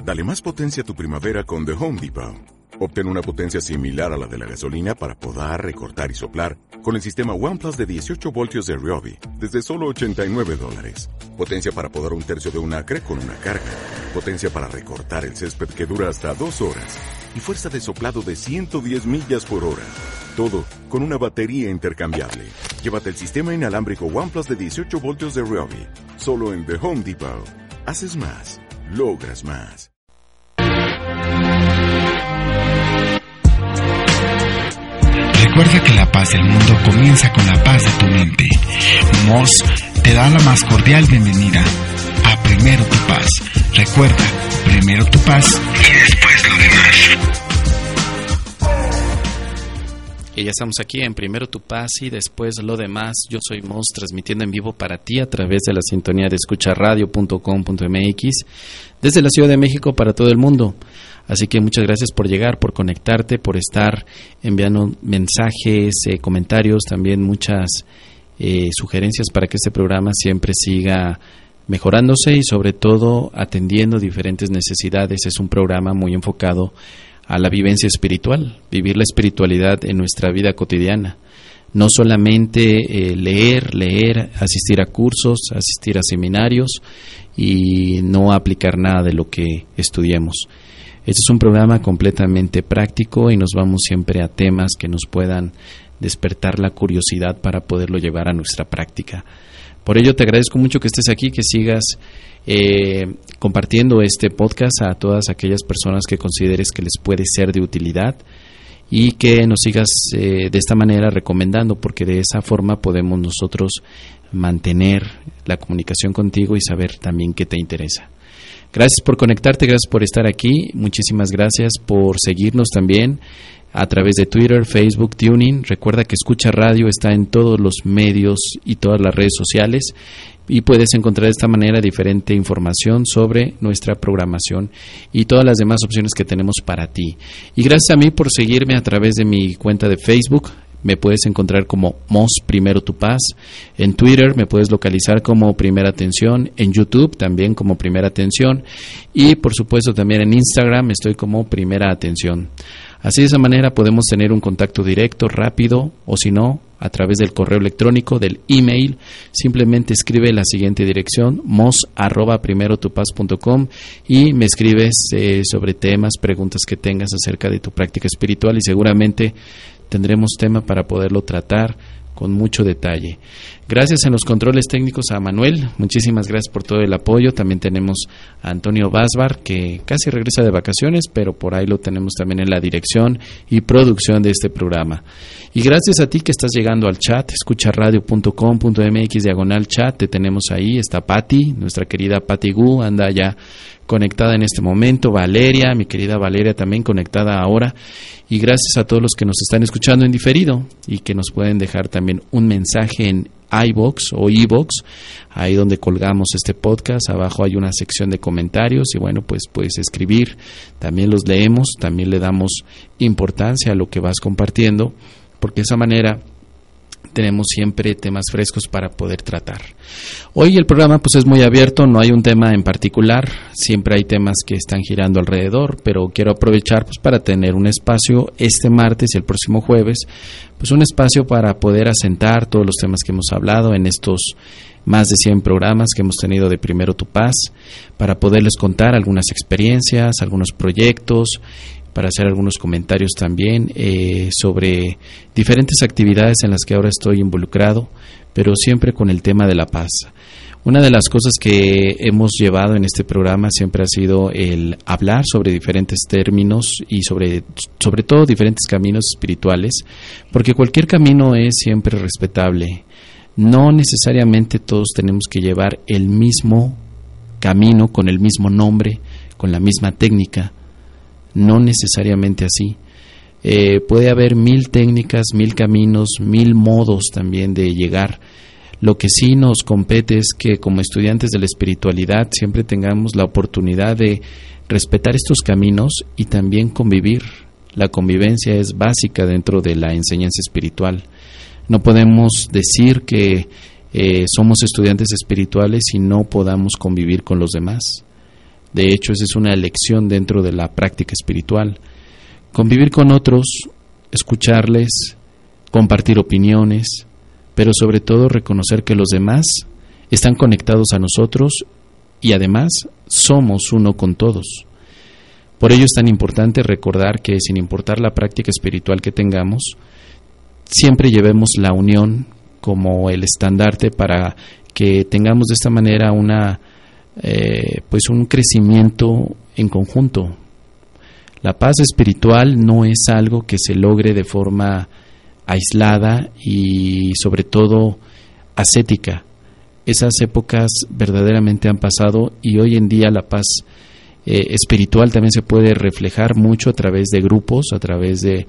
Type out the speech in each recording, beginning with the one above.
Dale más potencia a tu primavera con The Home Depot. Obtén una potencia similar a la de la gasolina para podar, recortar y soplar con el sistema OnePlus de 18 voltios de Ryobi desde solo $89. Potencia para podar un tercio de un acre con una carga. Potencia para recortar el césped que dura hasta 2 horas. Y fuerza de soplado de 110 millas por hora. Todo con una batería intercambiable. Llévate el sistema inalámbrico OnePlus de 18 voltios de Ryobi. Solo en The Home Depot. Haces más. Logras más. Recuerda que la paz del mundo comienza con la paz de tu mente. Moss te da la más cordial bienvenida a Primero tu Paz. Recuerda, primero tu paz y después lo demás. Y ya estamos aquí en Primero tu Paz y después lo demás. Yo soy Moss, transmitiendo en vivo para ti a través de la sintonía de escucharadio.com.mx desde la Ciudad de México para todo el mundo. Así que muchas gracias por llegar, por conectarte, por estar enviando mensajes, comentarios, también muchas sugerencias para que este programa siempre siga mejorándose y sobre todo atendiendo diferentes necesidades. Es un programa muy enfocado a la vivencia espiritual, vivir la espiritualidad en nuestra vida cotidiana. No solamente leer, asistir a cursos, asistir a seminarios y no aplicar nada de lo que estudiemos. Este es un programa completamente práctico y nos vamos siempre a temas que nos puedan despertar la curiosidad para poderlo llevar a nuestra práctica. Por ello te agradezco mucho que estés aquí, que sigas compartiendo este podcast a todas aquellas personas que consideres que les puede ser de utilidad y que nos sigas de esta manera recomendando, porque de esa forma podemos nosotros mantener la comunicación contigo y saber también qué te interesa. Gracias por conectarte, gracias por estar aquí, muchísimas gracias por seguirnos también a través de Twitter, Facebook, TuneIn. Recuerda que Escucha Radio está en todos los medios y todas las redes sociales y puedes encontrar de esta manera diferente información sobre nuestra programación y todas las demás opciones que tenemos para ti. Y gracias a mí por seguirme a través de mi cuenta de Facebook. Me puedes encontrar como Moss Primero tu Paz. En Twitter me puedes localizar como Primera Atención. En YouTube también como Primera Atención. Y por supuesto también en Instagram estoy como Primera Atención. Así de esa manera podemos tener un contacto directo, rápido, o si no, a través del correo electrónico, del email. Simplemente escribe la siguiente dirección, moss@primerotupaz.com, y me escribes sobre temas, preguntas que tengas acerca de tu práctica espiritual y seguramente tendremos tema para poderlo tratar con mucho detalle. Gracias en los controles técnicos a Manuel, muchísimas gracias por todo el apoyo. También tenemos a Antonio Basbar, que casi regresa de vacaciones, pero por ahí lo tenemos también en la dirección y producción de este programa. Y gracias a ti que estás llegando al chat, escucharadio.com.mx/chat, te tenemos ahí, está Patti, nuestra querida Patti Gu, anda ya conectada en este momento, Valeria, mi querida Valeria también conectada ahora, y gracias a todos los que nos están escuchando en diferido y que nos pueden dejar también un mensaje en iVoox o iVoox, ahí donde colgamos este podcast. Abajo hay una sección de comentarios y bueno, pues puedes escribir, también los leemos, también le damos importancia a lo que vas compartiendo, porque de esa manera tenemos siempre temas frescos para poder tratar. Hoy el programa pues es muy abierto, no hay un tema en particular, siempre hay temas que están girando alrededor, pero quiero aprovechar pues para tener un espacio este martes y el próximo jueves, pues un espacio para poder asentar todos los temas que hemos hablado en estos más de 100 programas que hemos tenido de Primero tu Paz, para poderles contar algunas experiencias, algunos proyectos, para hacer algunos comentarios también sobre diferentes actividades en las que ahora estoy involucrado, pero siempre con el tema de la paz. Una de las cosas que hemos llevado en este programa siempre ha sido el hablar sobre diferentes términos y sobre todo diferentes caminos espirituales, porque cualquier camino es siempre respetable. No necesariamente todos tenemos que llevar el mismo camino, con el mismo nombre, con la misma técnica. No necesariamente así. Puede haber 1000 técnicas, 1000 caminos, 1000 modos también de llegar. Lo que sí nos compete es que como estudiantes de la espiritualidad siempre tengamos la oportunidad de respetar estos caminos y también convivir. La convivencia es básica dentro de la enseñanza espiritual. No podemos decir que somos estudiantes espirituales y no podamos convivir con los demás. De hecho, esa es una elección dentro de la práctica espiritual. Convivir con otros, escucharles, compartir opiniones, pero sobre todo reconocer que los demás están conectados a nosotros y además somos uno con todos. Por ello es tan importante recordar que sin importar la práctica espiritual que tengamos, siempre llevemos la unión como el estandarte para que tengamos de esta manera un crecimiento en conjunto. La paz espiritual no es algo que se logre de forma aislada y sobre todo ascética. Esas épocas verdaderamente han pasado y hoy en día la paz espiritual también se puede reflejar mucho a través de grupos, a través de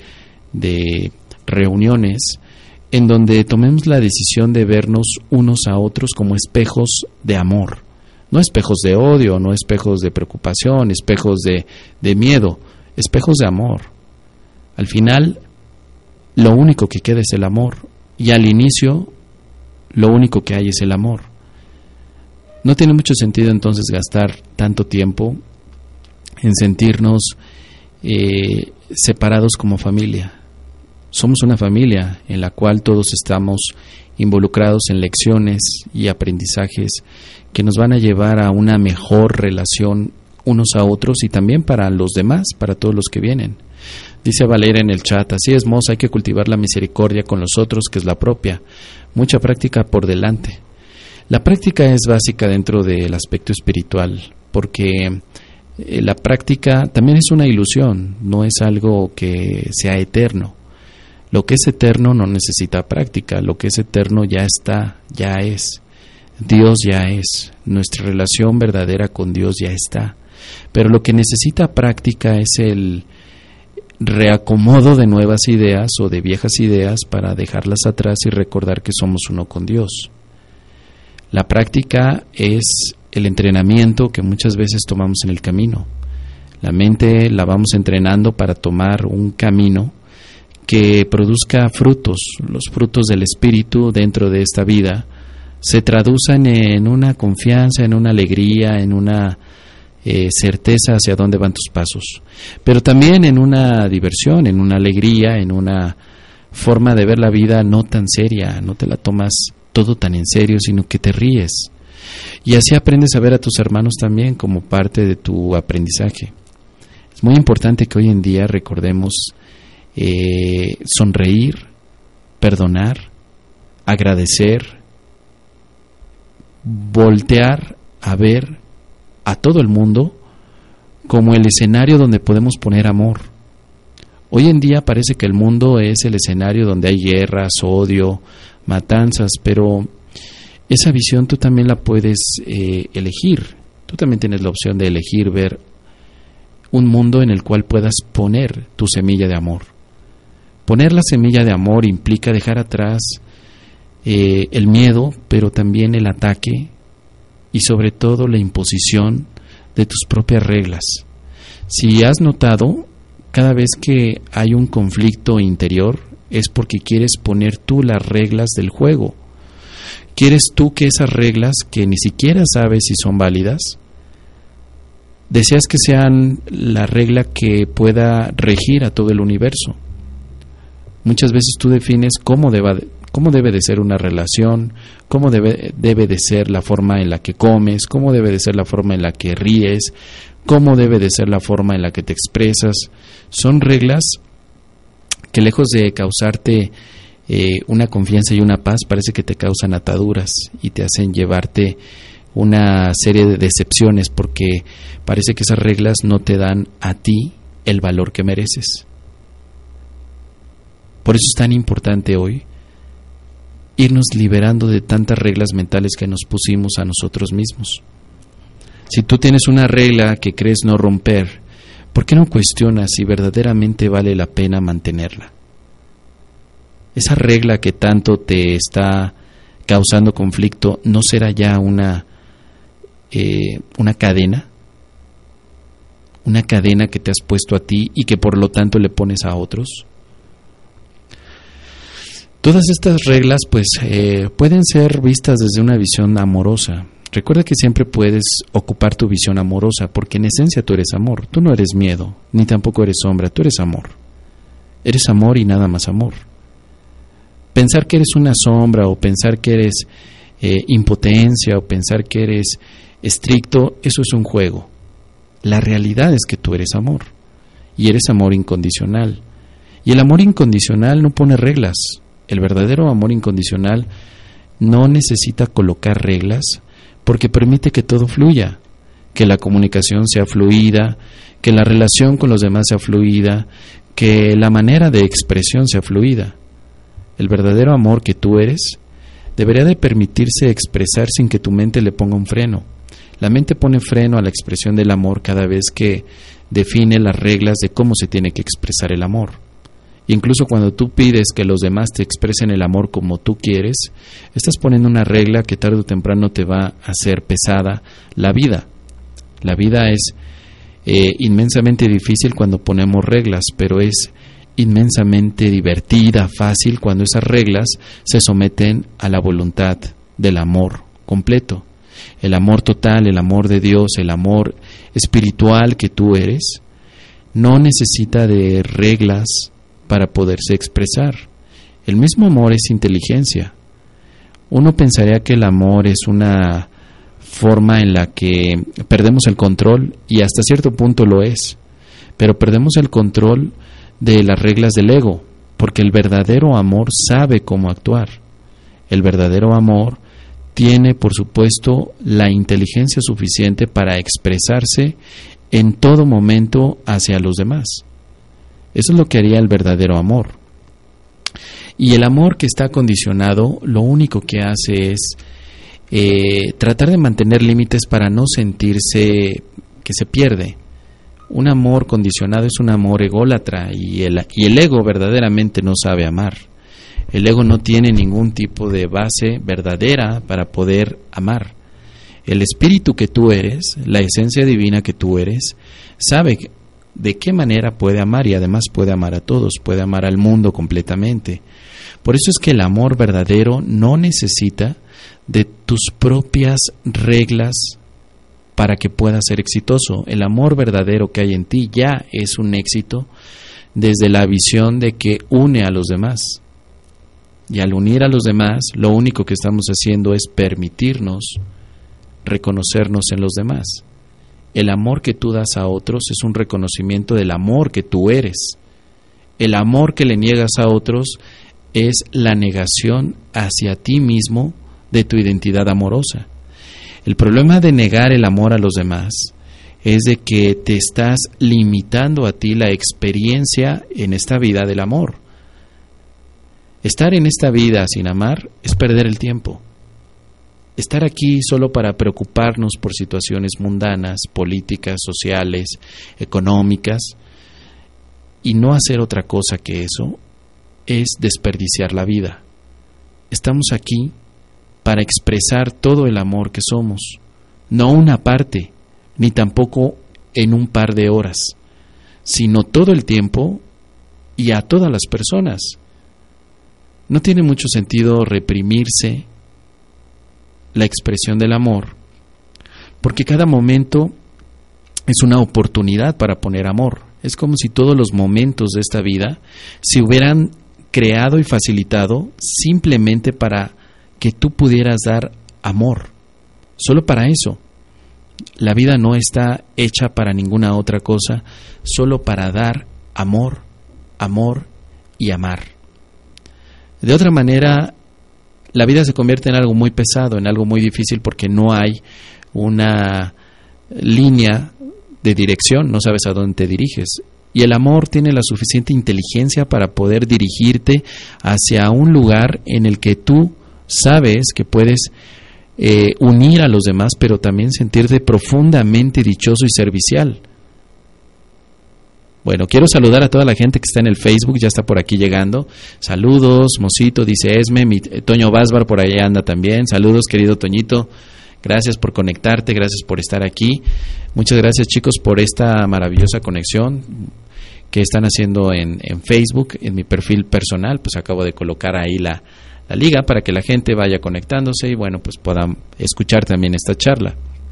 reuniones, en donde tomemos la decisión de vernos unos a otros como espejos de amor, no espejos de odio, no espejos de preocupación, espejos de miedo, espejos de amor. Al final, lo único que queda es el amor, y al inicio, lo único que hay es el amor. No tiene mucho sentido entonces gastar tanto tiempo en sentirnos separados como familia. Somos una familia en la cual todos estamos involucrados en lecciones y aprendizajes que nos van a llevar a una mejor relación unos a otros y también para los demás, para todos los que vienen. Dice Valeria en el chat: así es, Mos, hay que cultivar la misericordia con los otros, que es la propia. Mucha práctica por delante. La práctica es básica dentro del aspecto espiritual, porque la práctica también es una ilusión, no es algo que sea eterno. Lo que es eterno no necesita práctica, lo que es eterno ya está, ya es. Dios ya es, nuestra relación verdadera con Dios ya está. Pero lo que necesita práctica es el reacomodo de nuevas ideas o de viejas ideas para dejarlas atrás y recordar que somos uno con Dios. La práctica es el entrenamiento que muchas veces tomamos en el camino. La mente la vamos entrenando para tomar un camino que produzca frutos. Los frutos del Espíritu dentro de esta vida se traducen en una confianza, en una alegría, en una certeza hacia dónde van tus pasos, pero también en una diversión, en una alegría, en una forma de ver la vida no tan seria, no te la tomas todo tan en serio, sino que te ríes. Y así aprendes a ver a tus hermanos también como parte de tu aprendizaje. Es muy importante que hoy en día recordemos sonreír, perdonar, agradecer, voltear a ver a todo el mundo como el escenario donde podemos poner amor. Hoy en día parece que el mundo es el escenario donde hay guerras, odio, matanzas, pero esa visión tú también la puedes elegir. Tú también tienes la opción de elegir ver un mundo en el cual puedas poner tu semilla de amor. Poner la semilla de amor implica dejar atrás el miedo, pero también el ataque y sobre todo la imposición de tus propias reglas. Si has notado, cada vez que hay un conflicto interior es porque quieres poner tú las reglas del juego. ¿Quieres tú que esas reglas, que ni siquiera sabes si son válidas, deseas que sean la regla que pueda regir a todo el universo? Muchas veces tú defines cómo debe de ser una relación, cómo debe de ser la forma en la que comes, cómo debe de ser la forma en la que ríes, cómo debe de ser la forma en la que te expresas. Son reglas que lejos de causarte una confianza y una paz, parece que te causan ataduras y te hacen llevarte una serie de decepciones, porque parece que esas reglas no te dan a ti el valor que mereces. Por eso es tan importante hoy irnos liberando de tantas reglas mentales que nos pusimos a nosotros mismos. Si tú tienes una regla que crees no romper, ¿por qué no cuestionas si verdaderamente vale la pena mantenerla? Esa regla que tanto te está causando conflicto, ¿no será ya una cadena? Una cadena que te has puesto a ti y que por lo tanto le pones a otros. Todas estas reglas pues pueden ser vistas desde una visión amorosa. Recuerda que siempre puedes ocupar tu visión amorosa, porque en esencia tú eres amor. Tú no eres miedo, ni tampoco eres sombra, tú eres amor. Eres amor y nada más amor. Pensar que eres una sombra, o pensar que eres impotencia, o pensar que eres estricto, eso es un juego. La realidad es que tú eres amor, y eres amor incondicional. Y el amor incondicional no pone reglas. El verdadero amor incondicional no necesita colocar reglas, porque permite que todo fluya, que la comunicación sea fluida, que la relación con los demás sea fluida, que la manera de expresión sea fluida. El verdadero amor que tú eres debería de permitirse expresar sin que tu mente le ponga un freno. La mente pone freno a la expresión del amor cada vez que define las reglas de cómo se tiene que expresar el amor. Incluso cuando tú pides que los demás te expresen el amor como tú quieres, estás poniendo una regla que tarde o temprano te va a hacer pesada la vida. La vida es inmensamente difícil cuando ponemos reglas, pero es inmensamente divertida, fácil, cuando esas reglas se someten a la voluntad del amor completo. El amor total, el amor de Dios, el amor espiritual que tú eres, no necesita de reglas para poderse expresar. El mismo amor es inteligencia. Uno pensaría que el amor es una forma en la que perdemos el control, y hasta cierto punto lo es, pero perdemos el control de las reglas del ego, porque el verdadero amor sabe cómo actuar. El verdadero amor tiene, por supuesto, la inteligencia suficiente para expresarse en todo momento hacia los demás. Eso es lo que haría el verdadero amor. Y el amor que está condicionado, lo único que hace es tratar de mantener límites para no sentirse que se pierde. Un amor condicionado es un amor ególatra, y el ego verdaderamente no sabe amar. El ego no tiene ningún tipo de base verdadera para poder amar. El espíritu que tú eres, la esencia divina que tú eres, sabe de qué manera puede amar, y además puede amar a todos, puede amar al mundo completamente. Por eso es que el amor verdadero no necesita de tus propias reglas para que pueda ser exitoso. El amor verdadero que hay en ti ya es un éxito desde la visión de que une a los demás. Y al unir a los demás, lo único que estamos haciendo es permitirnos reconocernos en los demás. El amor que tú das a otros es un reconocimiento del amor que tú eres. El amor que le niegas a otros es la negación hacia ti mismo de tu identidad amorosa. El problema de negar el amor a los demás es de que te estás limitando a ti la experiencia en esta vida del amor. Estar en esta vida sin amar es perder el tiempo. Estar aquí solo para preocuparnos por situaciones mundanas, políticas, sociales, económicas, y no hacer otra cosa que eso, es desperdiciar la vida. Estamos aquí para expresar todo el amor que somos, no una parte, ni tampoco en un par de horas, sino todo el tiempo y a todas las personas. No tiene mucho sentido reprimirse la expresión del amor, porque cada momento es una oportunidad para poner amor. Es como si todos los momentos de esta vida se hubieran creado y facilitado simplemente para que tú pudieras dar amor, solo para eso. La vida no está hecha para ninguna otra cosa, solo para dar amor, amor y amar. De otra manera, la vida se convierte en algo muy pesado, en algo muy difícil, porque no hay una línea de dirección, no sabes a dónde te diriges. Y el amor tiene la suficiente inteligencia para poder dirigirte hacia un lugar en el que tú sabes que puedes unir a los demás, pero también sentirte profundamente dichoso y servicial. Bueno, quiero saludar a toda la gente que está en el Facebook, ya está por aquí llegando. Saludos, Mosito, dice Esme, Toño Vásbar por ahí anda también. Saludos, querido Toñito. Gracias por conectarte, gracias por estar aquí. Muchas gracias, chicos, por esta maravillosa conexión que están haciendo en Facebook, en mi perfil personal. Pues acabo de colocar ahí la liga para que la gente vaya conectándose y bueno, pues puedan escuchar también esta charla.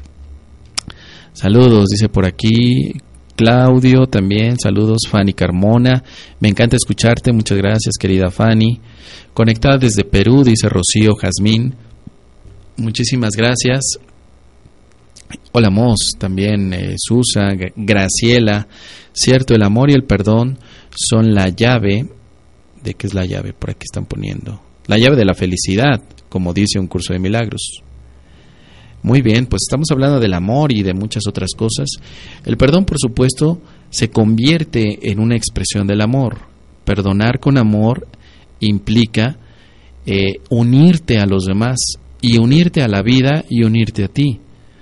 Saludos, dice por aquí Claudio también, saludos Fanny Carmona, me encanta escucharte, muchas gracias querida Fanny. Conectada desde Perú, dice Rocío Jazmín, muchísimas gracias. Hola Mos, también Susa, Graciela, cierto, el amor y el perdón son la llave, ¿de qué es la llave? Por aquí están poniendo, la llave de la felicidad, como dice un curso de milagros. Muy bien, pues estamos hablando del amor y de muchas otras cosas. El perdón, por supuesto, se convierte en una expresión del amor. Perdonar con amor implica unirte a los demás y unirte a la vida y unirte a ti.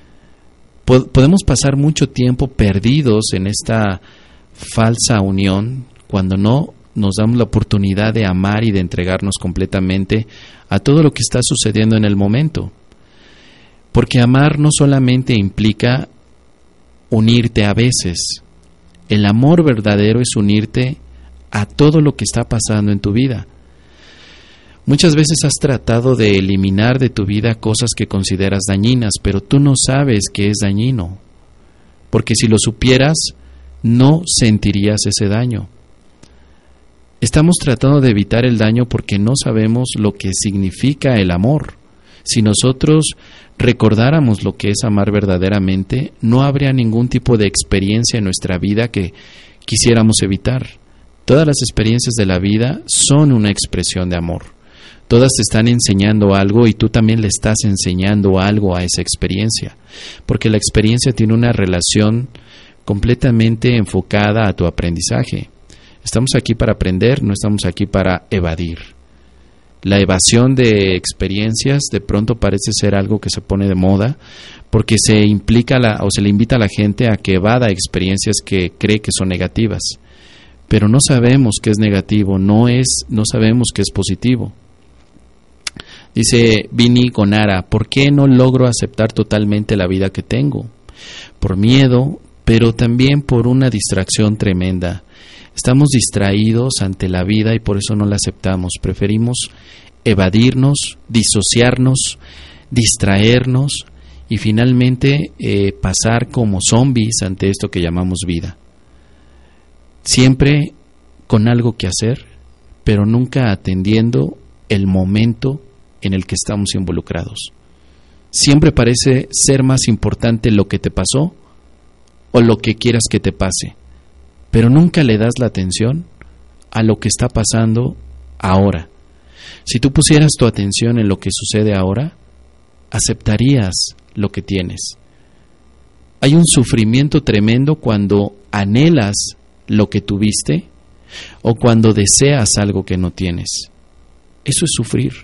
Podemos pasar mucho tiempo perdidos en esta falsa unión cuando no nos damos la oportunidad de amar y de entregarnos completamente a todo lo que está sucediendo en el momento. Porque amar no solamente implica unirte a veces. El amor verdadero es unirte a todo lo que está pasando en tu vida. Muchas veces has tratado de eliminar de tu vida cosas que consideras dañinas, pero tú no sabes que es dañino. Porque si lo supieras, no sentirías ese daño. Estamos tratando de evitar el daño porque no sabemos lo que significa el amor. Si nosotros recordáramos lo que es amar verdaderamente, no habría ningún tipo de experiencia en nuestra vida que quisiéramos evitar. Todas las experiencias de la vida son una expresión de amor. Todas te están enseñando algo y tú también le estás enseñando algo a esa experiencia, porque la experiencia tiene una relación completamente enfocada a tu aprendizaje. Estamos aquí para aprender, no estamos aquí para evadir. La evasión de experiencias de pronto parece ser algo que se pone de moda porque se implica o se le invita a la gente a que evada experiencias que cree que son negativas. Pero no sabemos qué es negativo, no sabemos qué es positivo. Dice Vini Gonara, ¿por qué no logro aceptar totalmente la vida que tengo? Por miedo, pero también por una distracción tremenda. Estamos distraídos ante la vida y por eso no la aceptamos. Preferimos evadirnos, disociarnos, distraernos y finalmente pasar como zombies ante esto que llamamos vida. Siempre con algo que hacer, pero nunca atendiendo el momento en el que estamos involucrados. Siempre parece ser más importante lo que te pasó o lo que quieras que te pase, pero nunca le das la atención a lo que está pasando ahora. Si tú pusieras tu atención en lo que sucede ahora, aceptarías lo que tienes. Hay un sufrimiento tremendo cuando anhelas lo que tuviste o cuando deseas algo que no tienes. Eso es sufrir.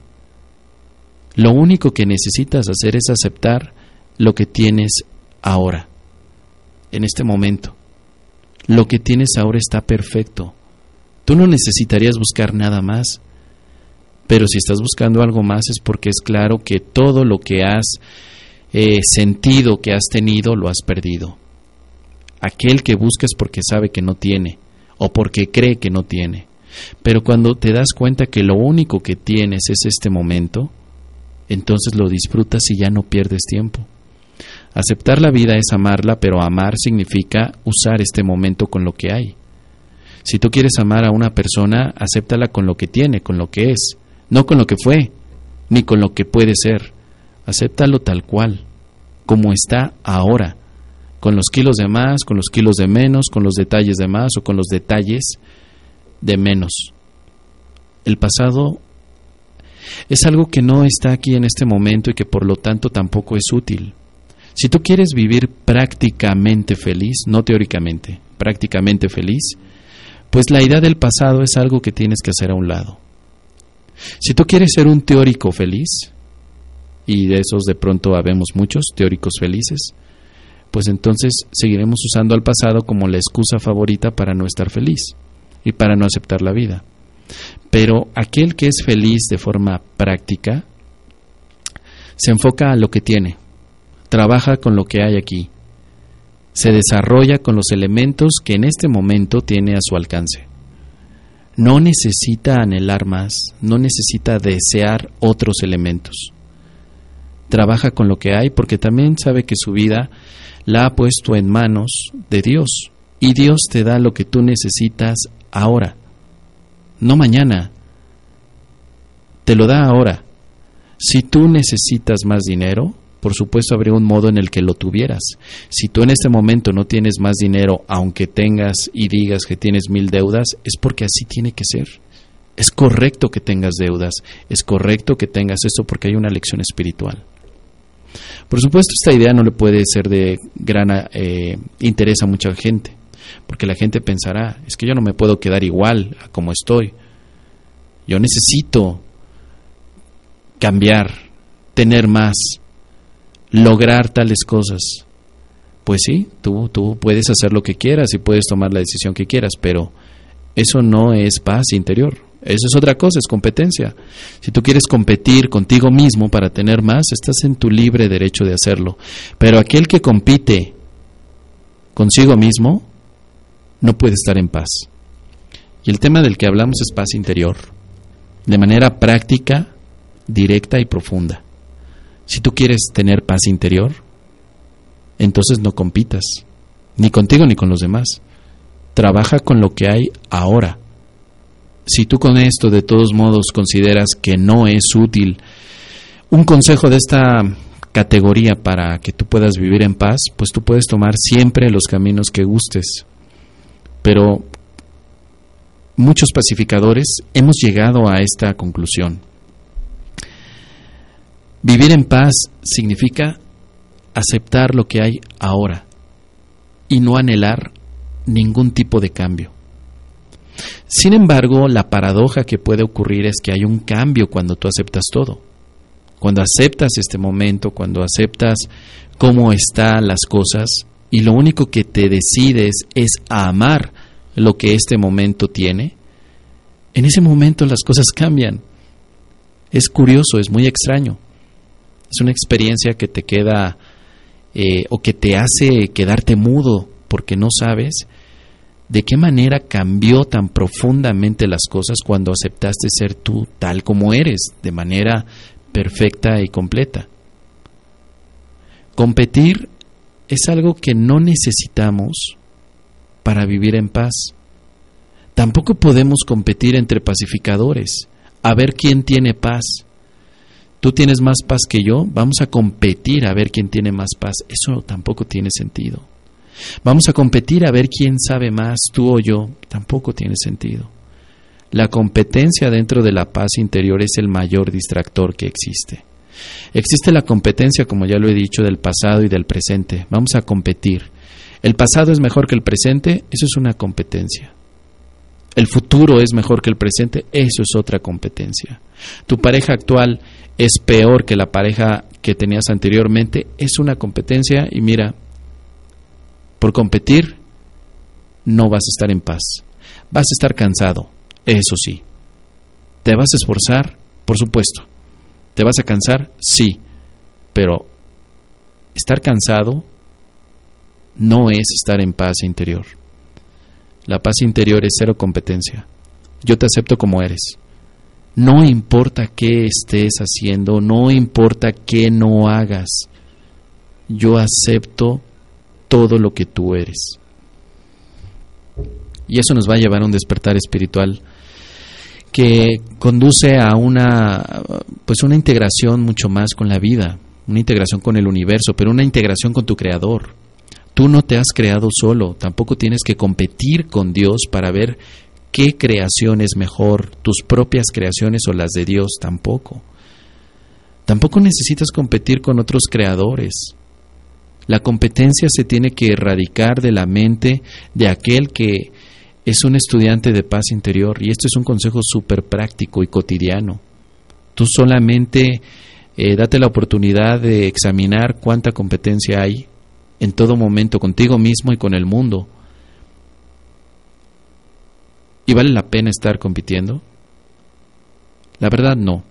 Lo único que necesitas hacer es aceptar lo que tienes ahora, en este momento. Lo que tienes ahora está perfecto. Tú no necesitarías buscar nada más, pero si estás buscando algo más es porque es claro que todo lo que has sentido que has tenido lo has perdido. Aquel que busca es porque sabe que no tiene o porque cree que no tiene. Pero cuando te das cuenta que lo único que tienes es este momento, entonces lo disfrutas y ya no pierdes tiempo. Aceptar la vida es amarla, pero amar significa usar este momento con lo que hay. Si tú quieres amar a una persona, acéptala con lo que tiene, con lo que es, no con lo que fue, ni con lo que puede ser. Acéptalo tal cual, como está ahora, con los kilos de más, con los kilos de menos, con los detalles de más o con los detalles de menos. El pasado es algo que no está aquí en este momento y que por lo tanto tampoco es útil. Si tú quieres vivir prácticamente feliz, no teóricamente, prácticamente feliz, pues la idea del pasado es algo que tienes que hacer a un lado. Si tú quieres ser un teórico feliz, y de esos de pronto habemos muchos teóricos felices, pues entonces seguiremos usando al pasado como la excusa favorita para no estar feliz y para no aceptar la vida. Pero aquel que es feliz de forma práctica se enfoca a lo que tiene, trabaja con lo que hay aquí, se desarrolla con los elementos que en este momento tiene a su alcance. no necesita anhelar más, no necesita desear otros elementos. Trabaja con lo que hay porque también sabe que su vida la ha puesto en manos de Dios. Y Dios te da lo que tú necesitas ahora, no mañana. Te lo da ahora. Si tú necesitas más dinero, por supuesto habría un modo en el que lo tuvieras. Si tú en este momento no tienes más dinero, aunque tengas y digas que tienes 1000 deudas, es porque así tiene que ser. Es correcto que tengas deudas, es correcto que tengas esto porque hay una lección espiritual. Por supuesto, esta idea no le puede ser de gran interés a mucha gente, porque la gente pensará, es que yo no me puedo quedar igual a como estoy. Yo necesito cambiar, tener más, lograr tales cosas. Pues sí, tú puedes hacer lo que quieras y puedes tomar la decisión que quieras, pero eso no es paz interior. Eso es otra cosa, es competencia. Si tú quieres competir contigo mismo para tener más, estás en tu libre derecho de hacerlo. Pero aquel que compite consigo mismo no puede estar en paz. Y el tema del que hablamos es paz interior, de manera práctica, directa y profunda. Si tú quieres tener paz interior, entonces no compitas, ni contigo ni con los demás. Trabaja con lo que hay ahora. Si tú con esto de todos modos consideras que no es útil, un consejo de esta categoría para que tú puedas vivir en paz, pues tú puedes tomar siempre los caminos que gustes. Pero muchos pacificadores hemos llegado a esta conclusión. Vivir en paz significa aceptar lo que hay ahora y no anhelar ningún tipo de cambio. Sin embargo, la paradoja que puede ocurrir es que hay un cambio cuando tú aceptas todo. Cuando aceptas este momento, cuando aceptas cómo están las cosas y lo único que te decides es amar lo que este momento tiene, en ese momento las cosas cambian. Es curioso, es muy extraño. Es una experiencia que te queda o que te hace quedarte mudo porque no sabes de qué manera cambió tan profundamente las cosas cuando aceptaste ser tú tal como eres, de manera perfecta y completa. Competir es algo que no necesitamos para vivir en paz. Tampoco podemos competir entre pacificadores, a ver quién tiene paz. Tú tienes más paz que yo, vamos a competir a ver quién tiene más paz. Eso tampoco tiene sentido. Vamos a competir a ver quién sabe más, tú o yo, tampoco tiene sentido. La competencia dentro de la paz interior es el mayor distractor que existe. Existe la competencia, como ya lo he dicho, del pasado y del presente. Vamos a competir. ¿El pasado es mejor que el presente? Eso es una competencia. ¿El futuro es mejor que el presente? Eso es otra competencia. ¿Tu pareja actual es peor que la pareja que tenías anteriormente? Es una competencia y mira, por competir no vas a estar en paz. Vas a estar cansado, eso sí. ¿Te vas a esforzar? Por supuesto. ¿Te vas a cansar? Sí. Pero estar cansado no es estar en paz interior. La paz interior es cero competencia. Yo te acepto como eres. No importa qué estés haciendo, no importa qué no hagas. Yo acepto todo lo que tú eres. Y eso nos va a llevar a un despertar espiritual que conduce a una integración mucho más con la vida, una integración con el universo, pero una integración con tu Creador. Tú no te has creado solo, tampoco tienes que competir con Dios para ver qué creación es mejor, tus propias creaciones o las de Dios, tampoco. Tampoco necesitas competir con otros creadores. La competencia se tiene que erradicar de la mente de aquel que es un estudiante de paz interior, y esto es un consejo súper práctico y cotidiano. Tú solamente date la oportunidad de examinar cuánta competencia hay en todo momento contigo mismo y con el mundo. ¿Y vale la pena estar compitiendo? La verdad, no.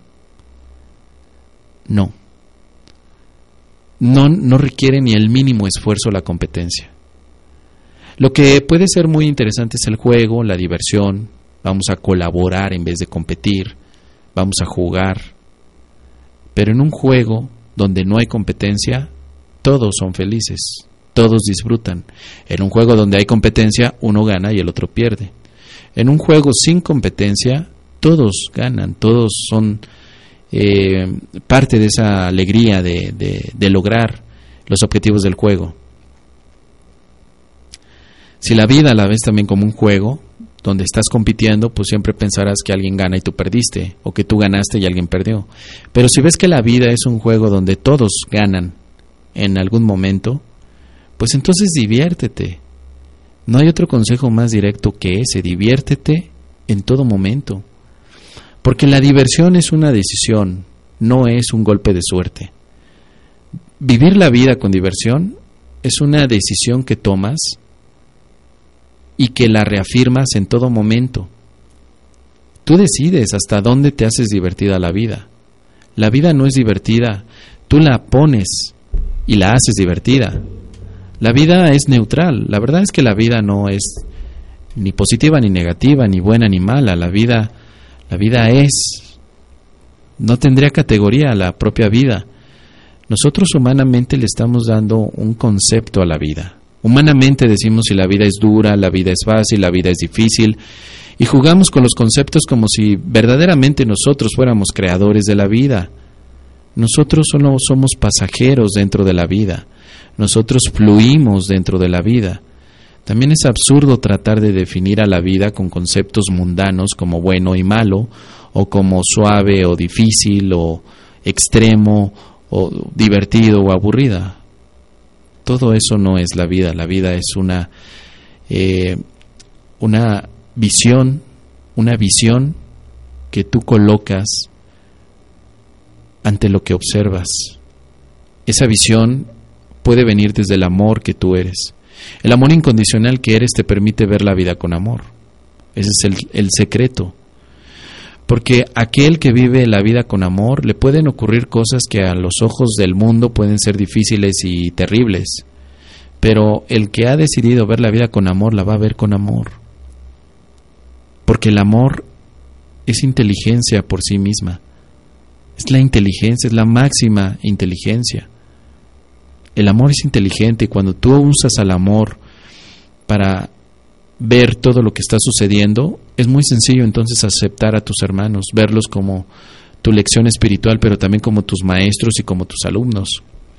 No requiere ni el mínimo esfuerzo la competencia. Lo que puede ser muy interesante es el juego, la diversión, vamos a colaborar en vez de competir, vamos a jugar. Pero en un juego donde no hay competencia, todos son felices, todos disfrutan. En un juego donde hay competencia, uno gana y el otro pierde. En un juego sin competencia, todos ganan, todos son parte de esa alegría de lograr los objetivos del juego. Si la vida la ves también como un juego donde estás compitiendo, pues siempre pensarás que alguien gana y tú perdiste, o que tú ganaste y alguien perdió. Pero si ves que la vida es un juego donde todos ganan en algún momento, pues entonces diviértete. No hay otro consejo más directo que ese: diviértete en todo momento. Porque la diversión es una decisión, no es un golpe de suerte. Vivir la vida con diversión es una decisión que tomas y que la reafirmas en todo momento. Tú decides hasta dónde te haces divertida la vida. La vida no es divertida, tú la pones y la haces divertida. La vida es neutral. La verdad es que la vida no es ni positiva ni negativa, ni buena ni mala. La vida es, no tendría categoría la propia vida. Nosotros humanamente le estamos dando un concepto a la vida. Humanamente decimos si la vida es dura, la vida es fácil, la vida es difícil, y jugamos con los conceptos como si verdaderamente nosotros fuéramos creadores de la vida. Nosotros solo somos pasajeros dentro de la vida. Nosotros fluimos dentro de la vida. También es absurdo tratar de definir a la vida con conceptos mundanos como bueno y malo, o como suave o difícil, o extremo, o divertido o aburrida. Todo eso no es la vida. La vida es una visión que tú colocas ante lo que observas. Esa visión puede venir desde el amor que tú eres. El amor incondicional que eres te permite ver la vida con amor. Ese es el secreto. Porque aquel que vive la vida con amor, le pueden ocurrir cosas que a los ojos del mundo pueden ser difíciles y terribles. Pero el que ha decidido ver la vida con amor, la va a ver con amor. Porque el amor es inteligencia por sí misma. Es la inteligencia, es la máxima inteligencia. El amor es inteligente, y cuando tú usas al amor para ver todo lo que está sucediendo, es muy sencillo entonces aceptar a tus hermanos, verlos como tu lección espiritual, pero también como tus maestros y como tus alumnos.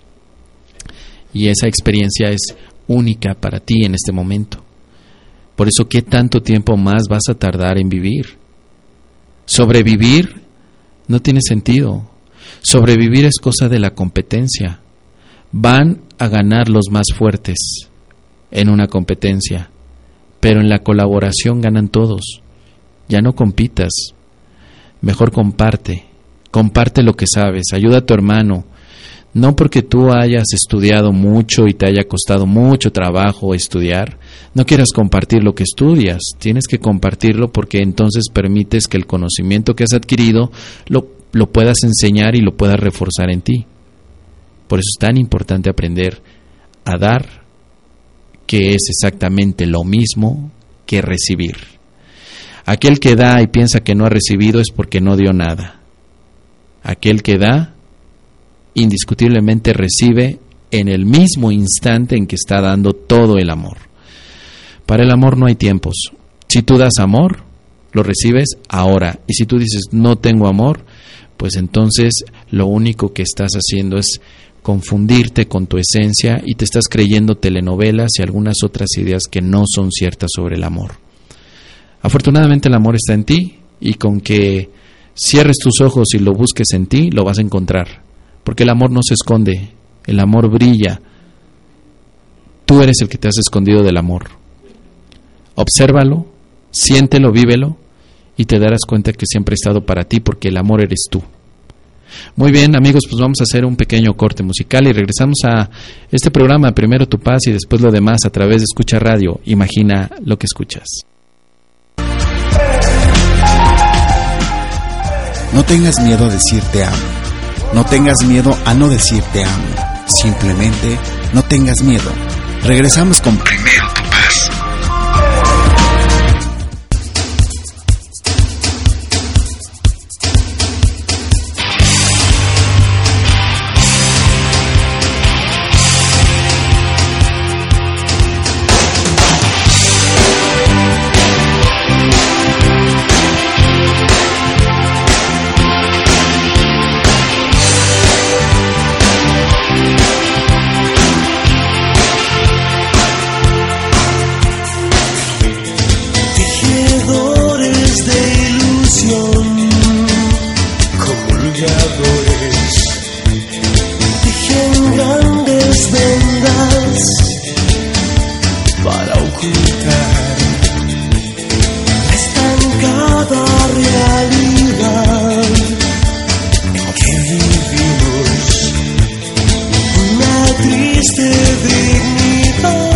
Y esa experiencia es única para ti en este momento. Por eso, ¿qué tanto tiempo más vas a tardar en vivir? Sobrevivir no tiene sentido. Sobrevivir es cosa de la competencia. Van a ganar los más fuertes en una competencia, pero en la colaboración ganan todos. Ya no compitas, mejor comparte lo que sabes, ayuda a tu hermano. No porque tú hayas estudiado mucho y te haya costado mucho trabajo estudiar, no quieras compartir lo que estudias. Tienes que compartirlo porque entonces permites que el conocimiento que has adquirido lo puedas enseñar y lo puedas reforzar en ti. Por eso es tan importante aprender a dar, que es exactamente lo mismo que recibir. Aquel que da y piensa que no ha recibido es porque no dio nada. Aquel que da, indiscutiblemente recibe en el mismo instante en que está dando todo el amor. Para el amor no hay tiempos. Si tú das amor, lo recibes ahora. Y si tú dices no tengo amor, pues entonces lo único que estás haciendo es confundirte con tu esencia y te estás creyendo telenovelas y algunas otras ideas que no son ciertas sobre el amor. Afortunadamente el amor está en ti, y con que cierres tus ojos y lo busques en ti, lo vas a encontrar. Porque el amor no se esconde, el amor brilla. Tú eres el que te has escondido del amor. Obsérvalo, siéntelo, vívelo, y te darás cuenta que siempre ha estado para ti, porque el amor eres tú. Muy bien, amigos, pues vamos a hacer un pequeño corte musical y regresamos a este programa, primero tu paz y después lo demás, a través de Escucha Radio. Imagina lo que escuchas. No tengas miedo a decir te amo. No tengas miedo a no decir te amo. Simplemente no tengas miedo. Regresamos con Primero tu paz. pesada realidad en que vivimos, una triste dignidad.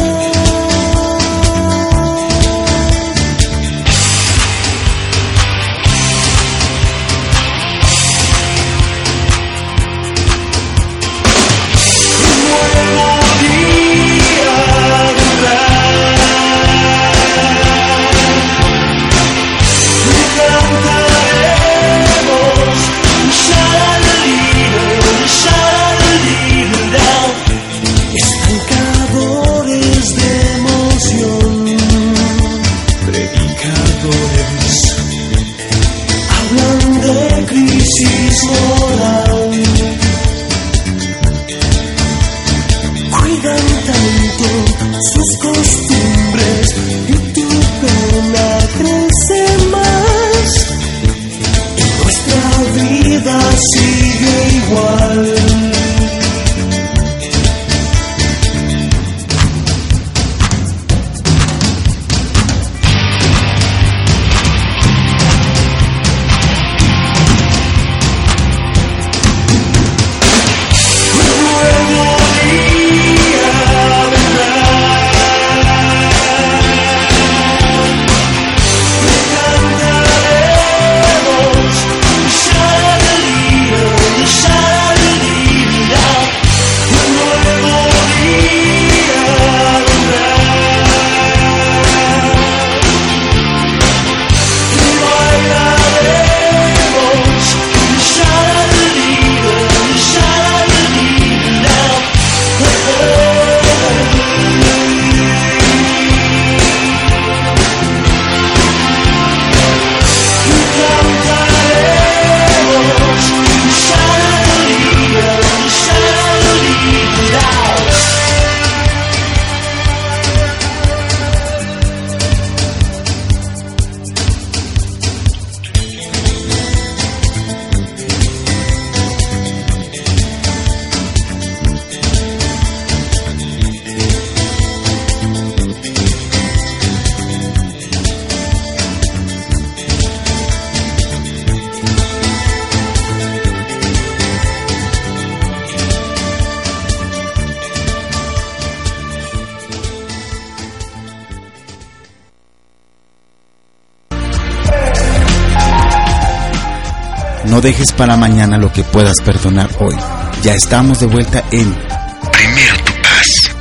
No dejes para mañana lo que puedas perdonar hoy. Ya estamos de vuelta en Primero tu Paz.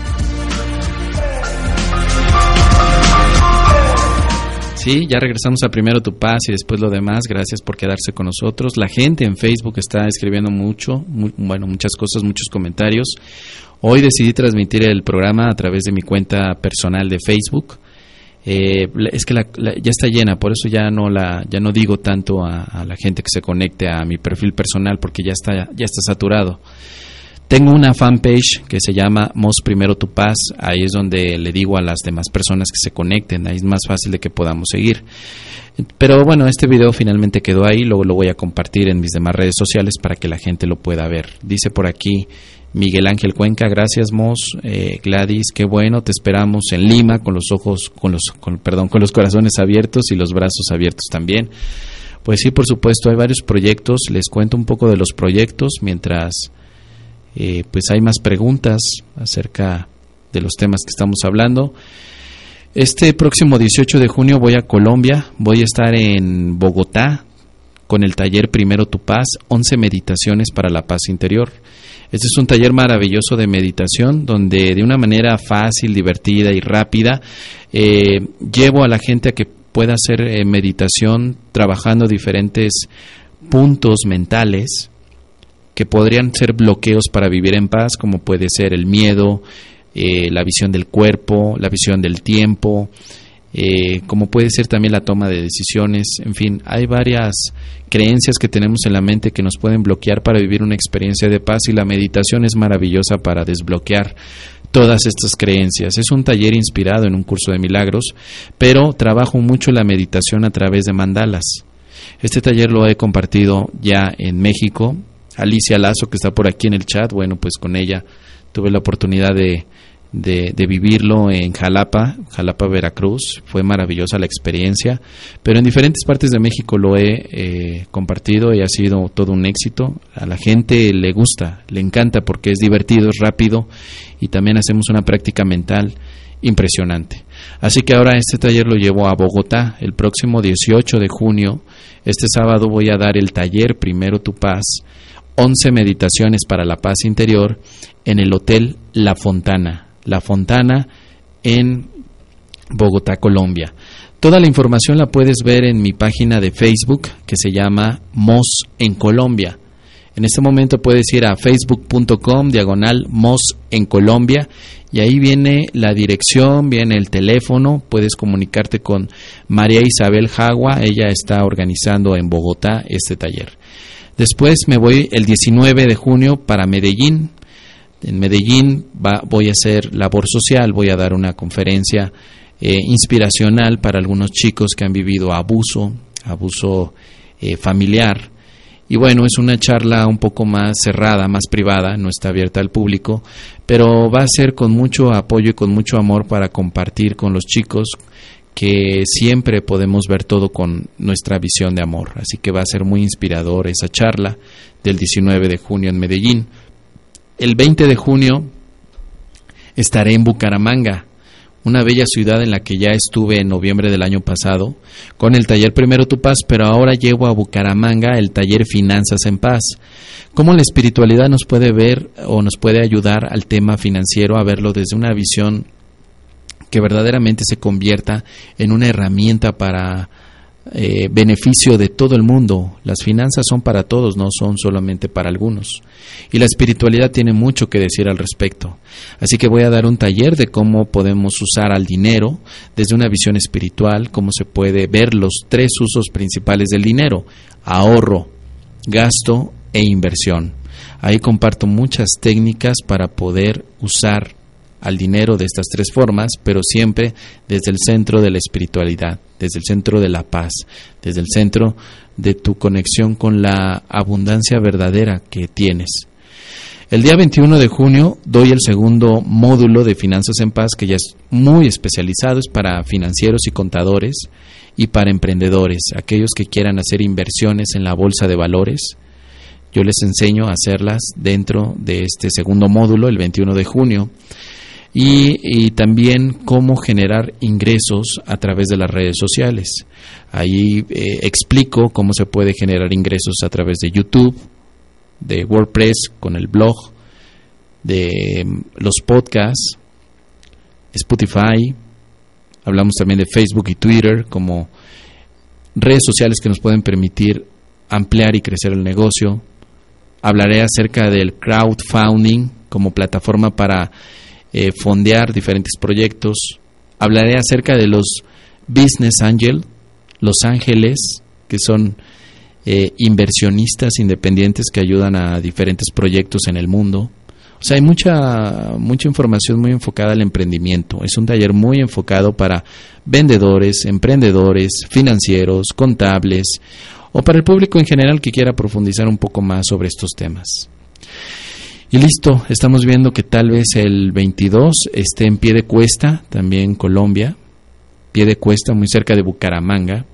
Sí, ya regresamos a Primero tu Paz y después lo demás. Gracias por quedarse con nosotros. La gente en Facebook está escribiendo muchas cosas, muchos comentarios. Hoy decidí transmitir el programa a través de mi cuenta personal de Facebook. Es que ya está llena, por eso ya no digo tanto a la gente que se conecte a mi perfil personal, porque ya está saturado. Tengo una fanpage que se llama Mos Primero tu Paz. Ahí es donde le digo a las demás personas que se conecten. Ahí es más fácil de que podamos seguir. Pero bueno, este video finalmente quedó ahí. Luego lo voy a compartir en mis demás redes sociales para que la gente lo pueda ver. Dice por aquí Miguel Ángel Cuenca: gracias, Mos. Gladys, qué bueno, te esperamos en Lima con los corazones abiertos y los brazos abiertos también. Pues sí, por supuesto, hay varios proyectos. Les cuento un poco de los proyectos mientras pues hay más preguntas acerca de los temas que estamos hablando. Este próximo 18 de junio voy a Colombia. Voy a estar en Bogotá con el taller Primero tu Paz, 11 meditaciones para la paz interior. Este es un taller maravilloso de meditación donde de una manera fácil, divertida y rápida llevo a la gente a que pueda hacer meditación trabajando diferentes puntos mentales que podrían ser bloqueos para vivir en paz, como puede ser el miedo, la visión del cuerpo, la visión del tiempo, como puede ser también la toma de decisiones. En fin, hay varias creencias que tenemos en la mente que nos pueden bloquear para vivir una experiencia de paz, y la meditación es maravillosa para desbloquear todas estas creencias. Es un taller inspirado en un curso de milagros, pero trabajo mucho la meditación a través de mandalas. Este taller lo he compartido ya en México. Alicia Lazo, que está por aquí en el chat, bueno, pues con ella tuve la oportunidad de de vivirlo en Jalapa, Veracruz. Fue maravillosa la experiencia, pero en diferentes partes de México lo he compartido y ha sido todo un éxito. A la gente le gusta, le encanta porque es divertido, es rápido y también hacemos una práctica mental impresionante. Así que ahora este taller lo llevo a Bogotá el próximo 18 de junio. Este sábado voy a dar el taller Primero tu Paz, 11 meditaciones para la paz interior en el Hotel La Fontana en Bogotá, Colombia. Toda la información la puedes ver en mi página de Facebook que se llama Mos en Colombia. En este momento puedes ir a facebook.com/Mos en Colombia y ahí viene la dirección, viene el teléfono, puedes comunicarte con María Isabel Jagua, ella está organizando en Bogotá este taller. Después me voy el 19 de junio para Medellín. En Medellín voy a hacer labor social, voy a dar una conferencia inspiracional para algunos chicos que han vivido abuso familiar. Y bueno, es una charla un poco más cerrada, más privada, no está abierta al público, pero va a ser con mucho apoyo y con mucho amor para compartir con los chicos que siempre podemos ver todo con nuestra visión de amor. Así que va a ser muy inspirador esa charla del 19 de junio en Medellín. El 20 de junio estaré en Bucaramanga, una bella ciudad en la que ya estuve en noviembre del año pasado con el taller Primero tu Paz, pero ahora llevo a Bucaramanga el taller Finanzas en Paz. Cómo la espiritualidad nos puede ver o nos puede ayudar al tema financiero a verlo desde una visión que verdaderamente se convierta en una herramienta para beneficio de todo el mundo. Las finanzas son para todos, no son solamente para algunos. Y la espiritualidad tiene mucho que decir al respecto. Así que voy a dar un taller de cómo podemos usar al dinero desde una visión espiritual, cómo se puede ver los 3 usos principales del dinero: ahorro, gasto e inversión. Ahí comparto muchas técnicas para poder usar al dinero de estas 3 formas, pero siempre desde el centro de la espiritualidad, desde el centro de la paz, desde el centro de tu conexión con la abundancia verdadera que tienes. El día 21 de junio doy el segundo módulo de Finanzas en Paz, que ya es muy especializado, es para financieros y contadores y para emprendedores, aquellos que quieran hacer inversiones en la bolsa de valores. Yo les enseño a hacerlas dentro de este segundo módulo, el 21 de junio. Y también cómo generar ingresos a través de las redes sociales. Ahí explico cómo se puede generar ingresos a través de YouTube, de WordPress con el blog, de los podcasts, Spotify. Hablamos también de Facebook y Twitter como redes sociales que nos pueden permitir ampliar y crecer el negocio. Hablaré acerca del crowdfunding como plataforma para fondear diferentes proyectos. Hablaré acerca de los Business Angel, los ángeles, que son inversionistas independientes que ayudan a diferentes proyectos en el mundo. O sea, hay mucha información muy enfocada al emprendimiento. Es un taller muy enfocado para vendedores, emprendedores, financieros, contables o para el público en general que quiera profundizar un poco más sobre estos temas. Y listo, estamos viendo que tal vez el 22 esté en Piedecuesta, también Colombia, Piedecuesta, muy cerca de Bucaramanga,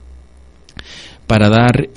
para dar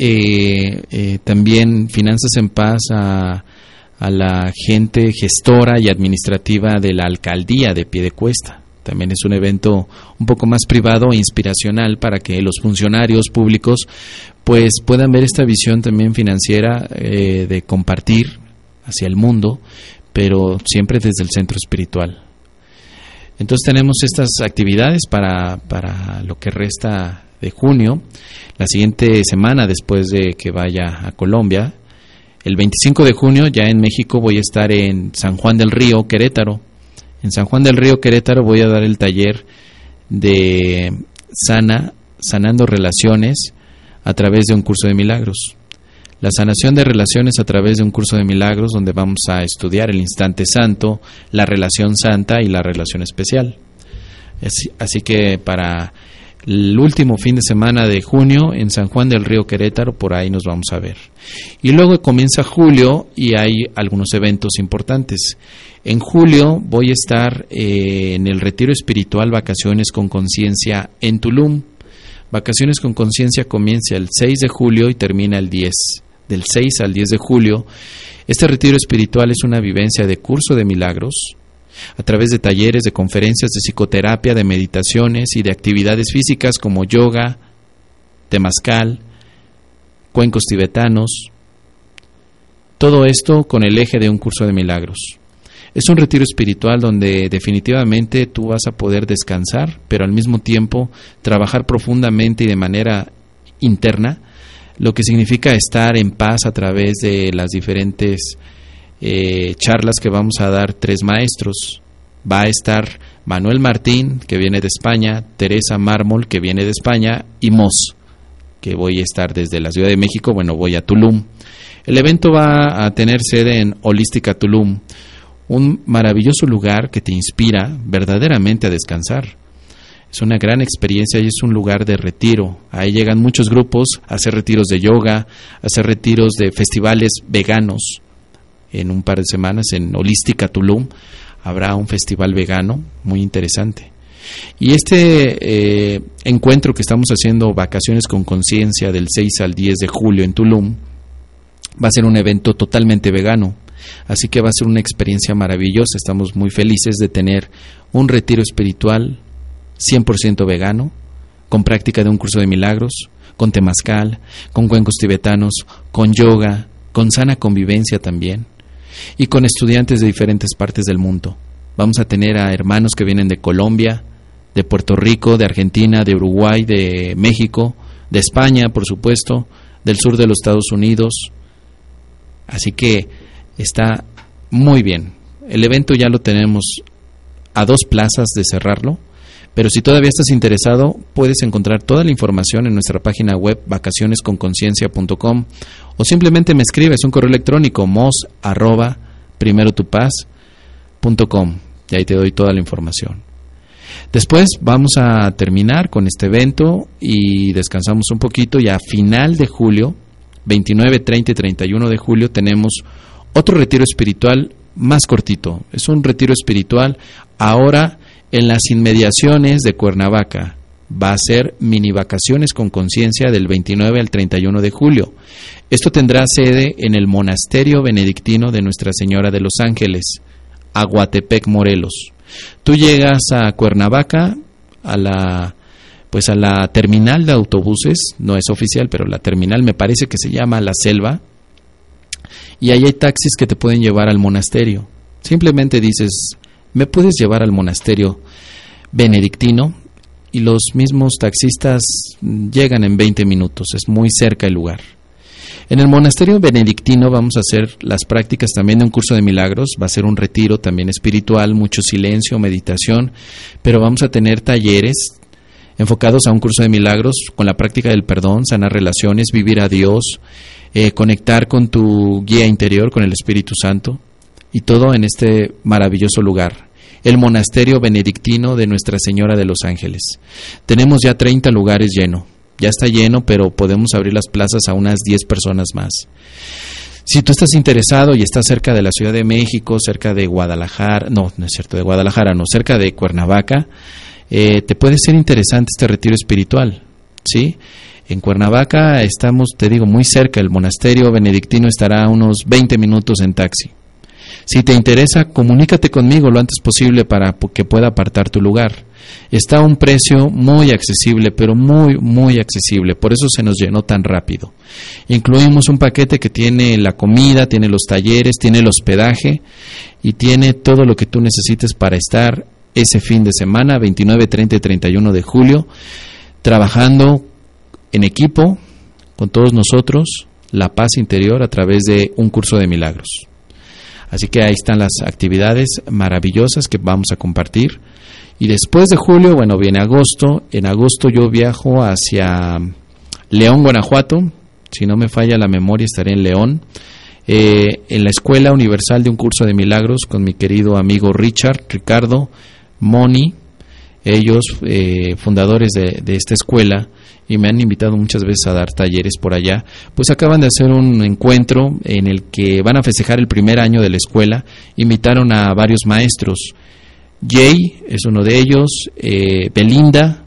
también Finanzas en Paz a la gente gestora y administrativa de la alcaldía de Piedecuesta. También es un evento un poco más privado e inspiracional para que los funcionarios públicos pues puedan ver esta visión también financiera de compartir hacia el mundo, pero siempre desde el centro espiritual. Entonces tenemos estas actividades para lo que resta de junio. La siguiente semana, después de que vaya a Colombia, el 25 de junio, ya en México, voy a estar en San Juan del Río, Querétaro. En San Juan del Río, Querétaro, voy a dar el taller de sanando relaciones a través de un curso de milagros. La sanación de relaciones a través de un curso de milagros, donde vamos a estudiar el instante santo, la relación santa y la relación especial. Así que para el último fin de semana de junio en San Juan del Río, Querétaro, por ahí nos vamos a ver. Y luego comienza julio y hay algunos eventos importantes. En julio voy a estar en el retiro espiritual Vacaciones con Conciencia en Tulum. Vacaciones con Conciencia comienza el 6 de julio y termina el 10. Del 6 al 10 de julio. Este retiro espiritual es una vivencia de curso de milagros, a través de talleres, de conferencias, de psicoterapia, de meditaciones y de actividades físicas como yoga, temazcal, cuencos tibetanos. Todo esto con el eje de un curso de milagros. Es un retiro espiritual donde definitivamente tú vas a poder descansar, pero al mismo tiempo trabajar profundamente y de manera interna, lo que significa estar en paz a través de las diferentes charlas que vamos a dar 3 maestros. Va a estar Manuel Martín, que viene de España, Teresa Mármol, que viene de España, y Mos, que voy a estar desde la Ciudad de México. Bueno, voy a Tulum. El evento va a tener sede en Holística Tulum, un maravilloso lugar que te inspira verdaderamente a descansar. Es una gran experiencia y es un lugar de retiro. Ahí llegan muchos grupos a hacer retiros de yoga, a hacer retiros de festivales veganos. En un par de semanas en Holística Tulum habrá un festival vegano muy interesante. Y este encuentro que estamos haciendo, Vacaciones con Conciencia, del 6 al 10 de julio en Tulum, va a ser un evento totalmente vegano. Así que va a ser una experiencia maravillosa. Estamos muy felices de tener un retiro espiritual 100% vegano, con práctica de un curso de milagros, con temazcal, con cuencos tibetanos, con yoga, con sana convivencia también, y con estudiantes de diferentes partes del mundo. Vamos a tener a hermanos que vienen de Colombia, de Puerto Rico, de Argentina, de Uruguay, de México, de España, por supuesto, del sur de los Estados Unidos. Así que está muy bien. El evento ya lo tenemos a 2 plazas de cerrarlo, pero si todavía estás interesado, puedes encontrar toda la información en nuestra página web vacacionesconconciencia.com, o simplemente me escribes un correo electrónico mos@primerotupaz.com, y ahí te doy toda la información. Después vamos a terminar con este evento y descansamos un poquito, y a final de julio, 29, 30 y 31 de julio, tenemos otro retiro espiritual más cortito. Es un retiro espiritual ahora en las inmediaciones de Cuernavaca. Va a ser mini Vacaciones con Conciencia del 29 al 31 de julio. Esto tendrá sede en el Monasterio Benedictino de Nuestra Señora de los Ángeles, Aguatepec, Morelos. Tú llegas a Cuernavaca, a la terminal de autobuses, no es oficial, pero la terminal me parece que se llama La Selva, y ahí hay taxis que te pueden llevar al monasterio. Simplemente dices: ¿me puedes llevar al monasterio benedictino? Y los mismos taxistas llegan en 20 minutos, es muy cerca el lugar. En el monasterio benedictino vamos a hacer las prácticas también de un curso de milagros. Va a ser un retiro también espiritual, mucho silencio, meditación, pero vamos a tener talleres enfocados a un curso de milagros con la práctica del perdón, sanar relaciones, vivir a Dios, conectar con tu guía interior, con el Espíritu Santo, y todo en este maravilloso lugar, el Monasterio Benedictino de Nuestra Señora de los Ángeles. Tenemos ya 30 lugares lleno. Ya está lleno, pero podemos abrir las plazas a unas 10 personas más. Si tú estás interesado y estás cerca de la Ciudad de México, cerca de Guadalajara, no es cierto, de Guadalajara no, cerca de Cuernavaca, te puede ser interesante este retiro espiritual, ¿sí? En Cuernavaca estamos, te digo, muy cerca. El Monasterio Benedictino estará a unos 20 minutos en taxi. Si te interesa, comunícate conmigo lo antes posible para que pueda apartar tu lugar. Está a un precio muy accesible, pero muy, muy accesible. Por eso se nos llenó tan rápido. Incluimos un paquete que tiene la comida, tiene los talleres, tiene el hospedaje y tiene todo lo que tú necesites para estar ese fin de semana, 29, 30 y 31 de julio, trabajando en equipo con todos nosotros, la paz interior a través de un curso de milagros. Así que ahí están las actividades maravillosas que vamos a compartir. Y después de julio, bueno, viene agosto. En agosto yo viajo hacia León, Guanajuato. Si no me falla la memoria, estaré en León, en la Escuela Universal de un Curso de Milagros con mi querido amigo Ricardo, Moni, ellos, fundadores de esta escuela, y me han invitado muchas veces a dar talleres por allá, pues acaban de hacer un encuentro en el que van a festejar el primer año de la escuela. Invitaron a varios maestros. Jay es uno de ellos, Belinda,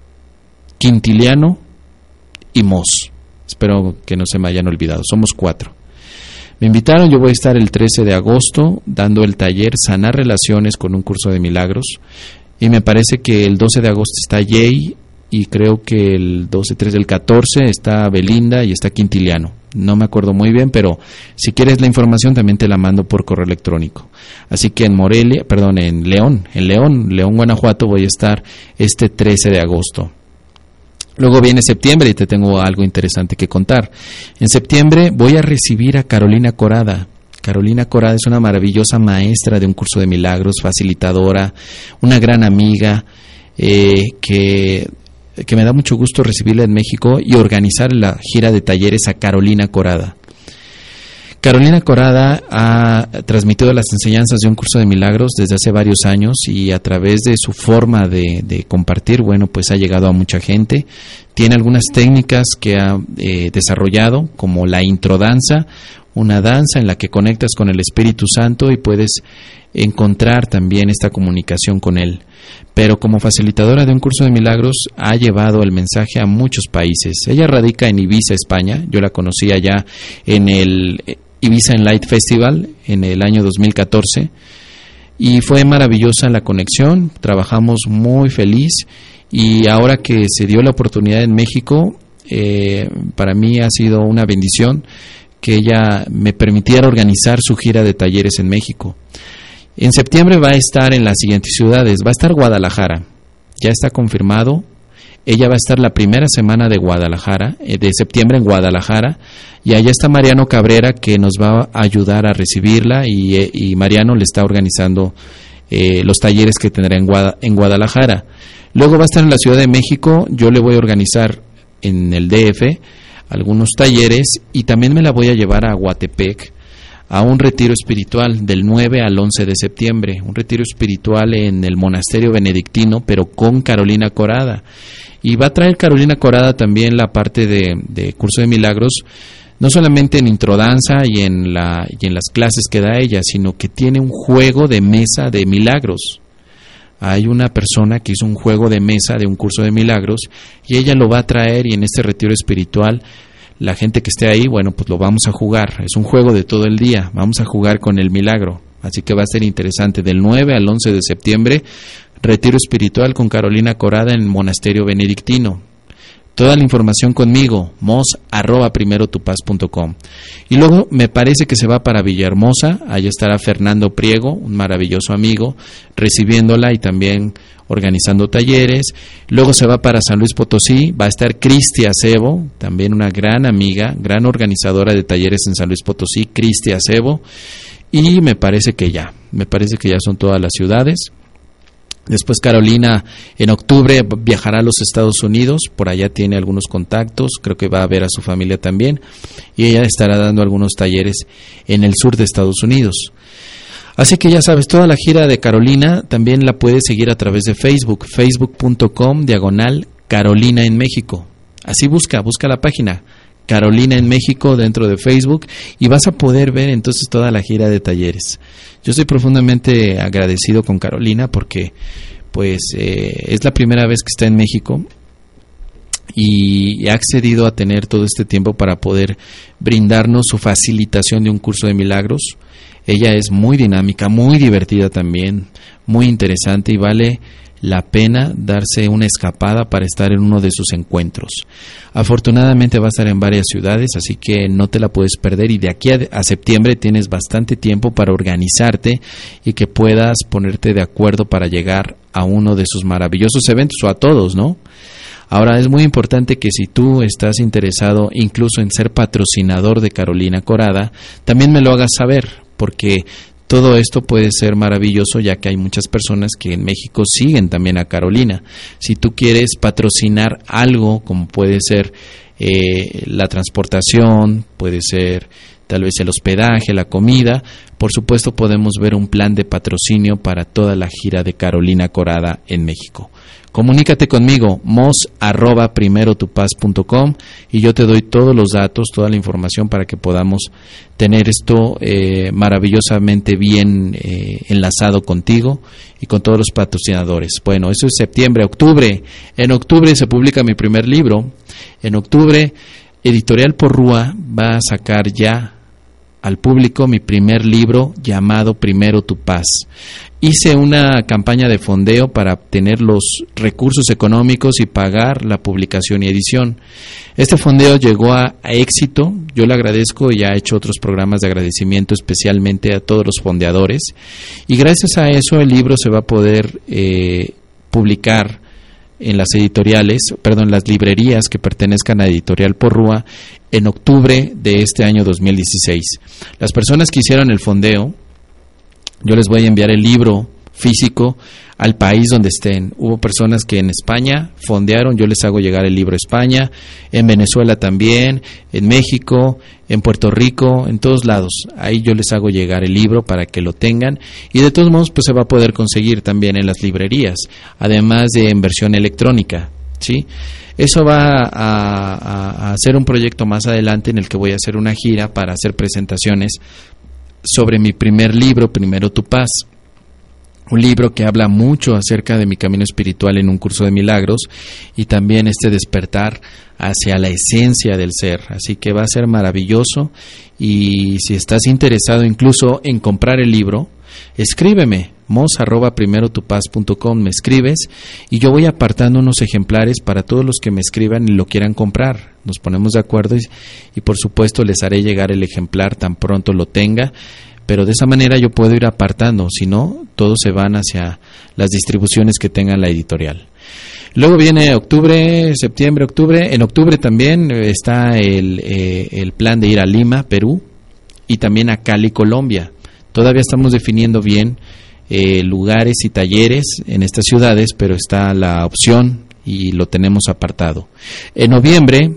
Quintiliano y Moss. Espero que no se me hayan olvidado, somos 4. Me invitaron, yo voy a estar el 13 de agosto dando el taller Sanar Relaciones con un curso de milagros, y me parece que el 12 de agosto está Jay, y creo que el 12, 13, el 14 está Belinda y está Quintiliano. No me acuerdo muy bien, pero si quieres la información también te la mando por correo electrónico. Así que en León, Guanajuato voy a estar este 13 de agosto. Luego viene septiembre y te tengo algo interesante que contar. En septiembre voy a recibir a Carolina Corada. Carolina Corada es una maravillosa maestra de un curso de milagros, facilitadora, una gran amiga, que me da mucho gusto recibirla en México y organizar la gira de talleres a Carolina Corada. Carolina Corada ha transmitido las enseñanzas de un curso de milagros desde hace varios años, y a través de su forma de compartir, pues ha llegado a mucha gente. Tiene algunas técnicas que ha desarrollado, como la introdanza, una danza en la que conectas con el Espíritu Santo y puedes encontrar también esta comunicación con Él. Pero como facilitadora de un curso de milagros ha llevado el mensaje a muchos países. Ella radica en Ibiza, España. Yo la conocí allá en el Ibiza Enlight Festival en el año 2014 y fue maravillosa la conexión. Trabajamos muy feliz, y ahora que se dio la oportunidad en México, para mí ha sido una bendición que ella me permitiera organizar su gira de talleres en México. En septiembre va a estar en las siguientes ciudades. Va a estar Guadalajara, ya está confirmado. Ella va a estar la primera semana de Guadalajara, de septiembre en Guadalajara, y allá está Mariano Cabrera, que nos va a ayudar a recibirla, y Mariano le está organizando los talleres que tendrá en Guadalajara. Luego va a estar en la Ciudad de México. Yo le voy a organizar en el DF algunos talleres, y también me la voy a llevar a Guatepec a un retiro espiritual del 9 al 11 de septiembre, un retiro espiritual en el monasterio benedictino, pero con Carolina Corada. Y va a traer Carolina Corada también la parte de curso de milagros, no solamente en introdanza y en las clases que da ella, sino que tiene un juego de mesa de milagros. Hay una persona que hizo un juego de mesa de un curso de milagros, y ella lo va a traer, y en este retiro espiritual la gente que esté ahí, pues lo vamos a jugar. Es un juego de todo el día, vamos a jugar con el milagro. Así que va a ser interesante. Del 9 al 11 de septiembre, retiro espiritual con Carolina Corada en el monasterio benedictino. Toda la información conmigo, mos@primerotupaz.com. Y luego me parece que se va para Villahermosa. Allá estará Fernando Priego, un maravilloso amigo, recibiéndola y también organizando talleres. Luego se va para San Luis Potosí. Va a estar Cristi Acebo, también una gran amiga, gran organizadora de talleres en San Luis Potosí, Cristi Acebo. Y me parece que ya son todas las ciudades. Después Carolina en octubre viajará a los Estados Unidos, por allá tiene algunos contactos, creo que va a ver a su familia también, y ella estará dando algunos talleres en el sur de Estados Unidos. Así que ya sabes, toda la gira de Carolina también la puedes seguir a través de Facebook, facebook.com/Carolina en México. Así busca la página Carolina en México dentro de Facebook, y vas a poder ver entonces toda la gira de talleres. Yo estoy profundamente agradecido con Carolina porque es la primera vez que está en México y ha accedido a tener todo este tiempo para poder brindarnos su facilitación de un curso de milagros. Ella es muy dinámica, muy divertida también, muy interesante, y vale la pena darse una escapada para estar en uno de sus encuentros. Afortunadamente va a estar en varias ciudades, así que no te la puedes perder, y de aquí a septiembre tienes bastante tiempo para organizarte y que puedas ponerte de acuerdo para llegar a uno de sus maravillosos eventos, o a todos, ¿no? Ahora, es muy importante que si tú estás interesado incluso en ser patrocinador de Carolina Corada, también me lo hagas saber, porque todo esto puede ser maravilloso, ya que hay muchas personas que en México siguen también a Carolina. Si tú quieres patrocinar algo, como puede ser la transportación, puede ser tal vez el hospedaje, la comida. Por supuesto, podemos ver un plan de patrocinio para toda la gira de Carolina Corada en México. Comunícate conmigo, mos@primerotupaz.com, y yo te doy todos los datos, toda la información para que podamos tener esto maravillosamente bien enlazado contigo y con todos los patrocinadores. Bueno, eso es septiembre. Octubre. En octubre se publica mi primer libro. En octubre, Editorial Porrúa va a sacar ya al público mi primer libro llamado Primero tu Paz. Hice una campaña de fondeo para obtener los recursos económicos y pagar la publicación y edición. Este fondeo llegó a éxito. Yo le agradezco y ya he hecho otros programas de agradecimiento especialmente a todos los fondeadores, y gracias a eso el libro se va a poder publicar en las las librerías que pertenezcan a Editorial Porrúa en octubre de este año 2016. Las personas que hicieron el fondeo, yo les voy a enviar el libro físico al país donde estén. Hubo personas que en España fondearon, yo les hago llegar el libro a España, en Venezuela también, en México, en Puerto Rico, en todos lados. Ahí yo les hago llegar el libro para que lo tengan, y de todos modos pues se va a poder conseguir también en las librerías, además de en versión electrónica, ¿sí? Eso va a ser un proyecto más adelante en el que voy a hacer una gira para hacer presentaciones sobre mi primer libro, Primero tu Paz. Un libro que habla mucho acerca de mi camino espiritual en un curso de milagros, y también este despertar hacia la esencia del ser. Así que va a ser maravilloso, y si estás interesado incluso en comprar el libro, escríbeme, mos@primerotupaz.com, me escribes y yo voy apartando unos ejemplares para todos los que me escriban y lo quieran comprar. Nos ponemos de acuerdo y por supuesto les haré llegar el ejemplar tan pronto lo tenga. Pero de esa manera yo puedo ir apartando, si no, todos se van hacia las distribuciones que tenga la editorial. Luego viene octubre, septiembre, octubre. En octubre también está el plan de ir a Lima, Perú, y también a Cali, Colombia. Todavía estamos definiendo bien lugares y talleres en estas ciudades, pero está la opción y lo tenemos apartado. En noviembre...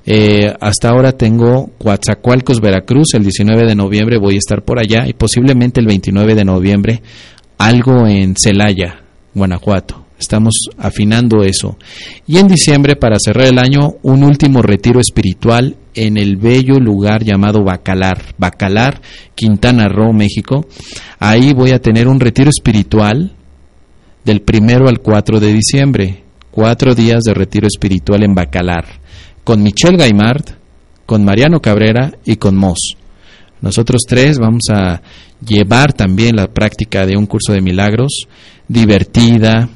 hasta ahora tengo Coatzacoalcos, Veracruz. El 19 de noviembre voy a estar por allá, y posiblemente el 29 de noviembre algo en Celaya, Guanajuato. Estamos afinando eso. Y en diciembre, para cerrar el año, un último retiro espiritual en el bello lugar llamado Bacalar, Quintana Roo, México. Ahí voy a tener un retiro espiritual del 1 al 4 de diciembre. 4 días de retiro espiritual en Bacalar, con Michelle Gaimard, con Mariano Cabrera y con Mos. Nosotros tres vamos a llevar también la práctica de un curso de milagros, divertida,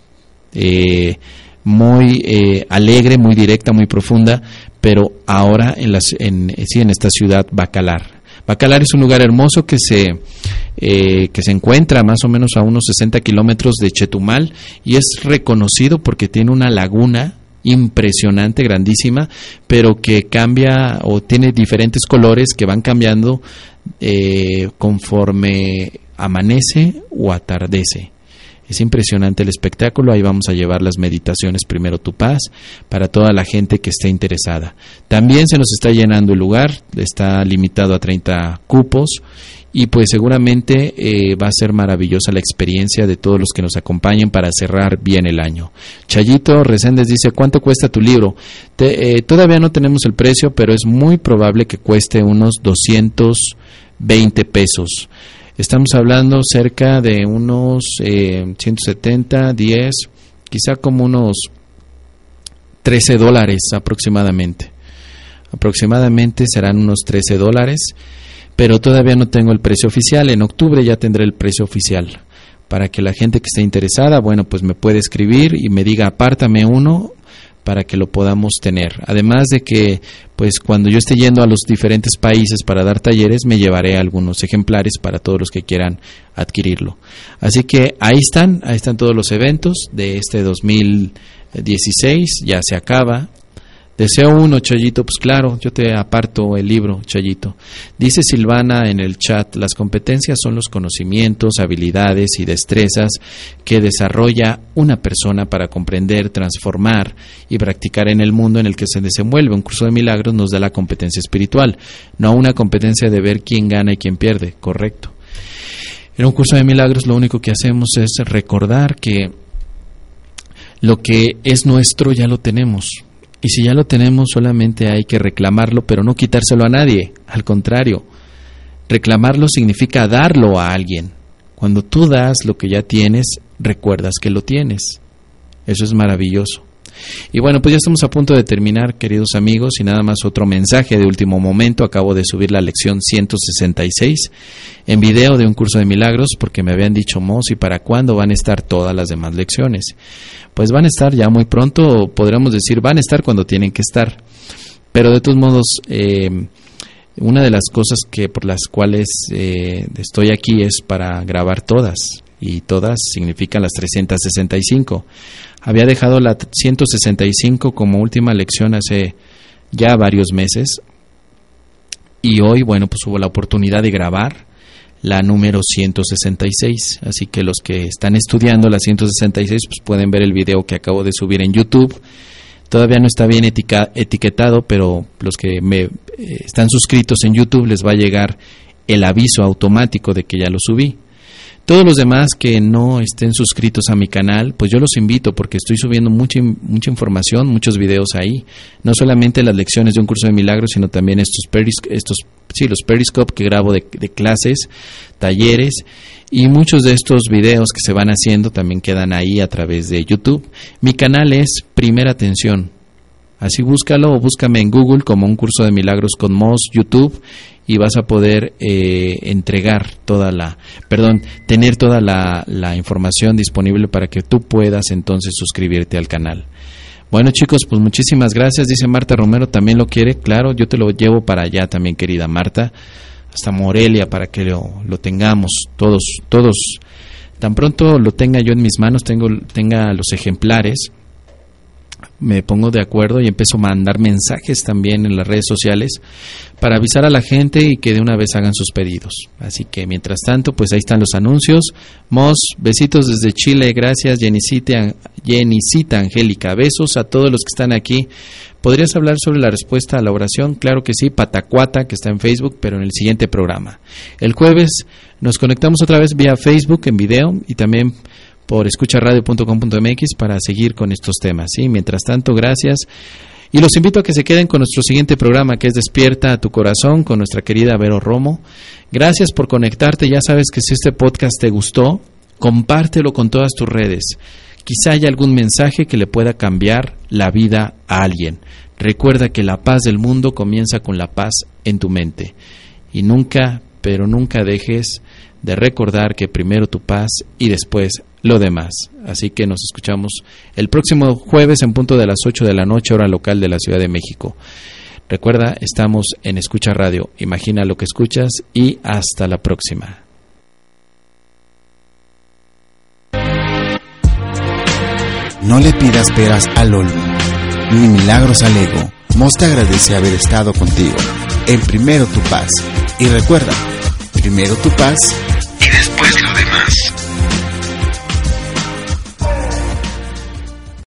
muy alegre, muy directa, muy profunda, pero ahora en esta ciudad Bacalar. Bacalar es un lugar hermoso que se encuentra más o menos a unos 60 kilómetros de Chetumal, y es reconocido porque tiene una laguna impresionante, grandísima, pero que cambia o tiene diferentes colores que van cambiando conforme amanece o atardece. Es impresionante el espectáculo. Ahí vamos a llevar las meditaciones Primero tu Paz para toda la gente que esté interesada. También se nos está llenando el lugar, está limitado a 30 cupos, y pues seguramente va a ser maravillosa la experiencia de todos los que nos acompañen para cerrar bien el año. Chayito Reséndez dice: ¿cuánto cuesta tu libro? Todavía no tenemos el precio, pero es muy probable que cueste unos 220 pesos. Estamos hablando cerca de unos 170, 10, quizá como unos $13 aproximadamente. Aproximadamente serán unos $13, pero todavía no tengo el precio oficial. En octubre ya tendré el precio oficial. Para que la gente que esté interesada, bueno, pues me puede escribir y me diga: apártame uno, para que lo podamos tener. Además de que, pues cuando yo esté yendo a los diferentes países para dar talleres, me llevaré algunos ejemplares para todos los que quieran adquirirlo. Así que ahí están todos los eventos de este 2016, ya se acaba. Deseo uno, Chayito, pues claro, yo te aparto el libro, Chayito. Dice Silvana en el chat, las competencias son los conocimientos, habilidades y destrezas que desarrolla una persona para comprender, transformar y practicar en el mundo en el que se desenvuelve. Un curso de milagros nos da la competencia espiritual, no una competencia de ver quién gana y quién pierde, correcto. En un curso de milagros lo único que hacemos es recordar que lo que es nuestro ya lo tenemos. Y si ya lo tenemos, solamente hay que reclamarlo, pero no quitárselo a nadie. Al contrario, reclamarlo significa darlo a alguien. Cuando tú das lo que ya tienes, recuerdas que lo tienes. Eso es maravilloso. Y bueno, pues ya estamos a punto de terminar, queridos amigos, y nada más otro mensaje de último momento. Acabo de subir la lección 166 en video de un curso de milagros, porque me habían dicho, Mos, ¿y para cuándo van a estar todas las demás lecciones? Pues van a estar ya muy pronto, podríamos decir, van a estar cuando tienen que estar. Pero de todos modos, una de las cosas por las cuales estoy aquí es para grabar todas, y todas significan las 365. Había dejado la 165 como última lección hace ya varios meses, y hoy, bueno, pues hubo la oportunidad de grabar la número 166, así que los que están estudiando la 166 pues pueden ver el video que acabo de subir en YouTube. Todavía no está bien etiquetado, pero los que están suscritos en YouTube les va a llegar el aviso automático de que ya lo subí. Todos los demás que no estén suscritos a mi canal, pues yo los invito, porque estoy subiendo mucha información, muchos videos ahí. No solamente las lecciones de un curso de milagros, sino también los Periscope que grabo de clases, talleres, y muchos de estos videos que se van haciendo también quedan ahí a través de YouTube. Mi canal es Primera Atención. Así búscalo, o búscame en Google como un curso de milagros con Mos YouTube, y vas a poder tener toda la información disponible para que tú puedas entonces suscribirte al canal. Bueno, chicos, pues muchísimas gracias. Dice Marta Romero, ¿también lo quiere? Claro, yo te lo llevo para allá también, querida Marta, hasta Morelia, para que lo tengamos todos. Tan pronto lo tenga yo en mis manos, tenga los ejemplares, me pongo de acuerdo y empiezo a mandar mensajes también en las redes sociales para avisar a la gente y que de una vez hagan sus pedidos. Así que mientras tanto, pues ahí están los anuncios. Mos, besitos desde Chile, gracias. Jenicita Angélica, besos a todos los que están aquí. ¿Podrías hablar sobre la respuesta a la oración? Claro que sí, Patacuata, que está en Facebook, pero en el siguiente programa. El jueves nos conectamos otra vez vía Facebook en video, y también por escucharadio.com.mx para seguir con estos temas, ¿sí? Mientras tanto, gracias. Y los invito a que se queden con nuestro siguiente programa, que es Despierta a tu Corazón, con nuestra querida Vero Romo. Gracias por conectarte. Ya sabes que si este podcast te gustó, compártelo con todas tus redes. Quizá haya algún mensaje que le pueda cambiar la vida a alguien. Recuerda que la paz del mundo comienza con la paz en tu mente. Y nunca, pero nunca dejes de recordar que primero tu paz y después lo demás. Así que nos escuchamos el próximo jueves en punto de las 8 de la noche, hora local de la Ciudad de México. Recuerda, estamos en Escucha Radio. Imagina lo que escuchas, y hasta la próxima. No le pidas peras al olmo, ni milagros al ego. Mos te agradece haber estado contigo. El primero tu paz. Y recuerda, primero tu paz y después lo demás.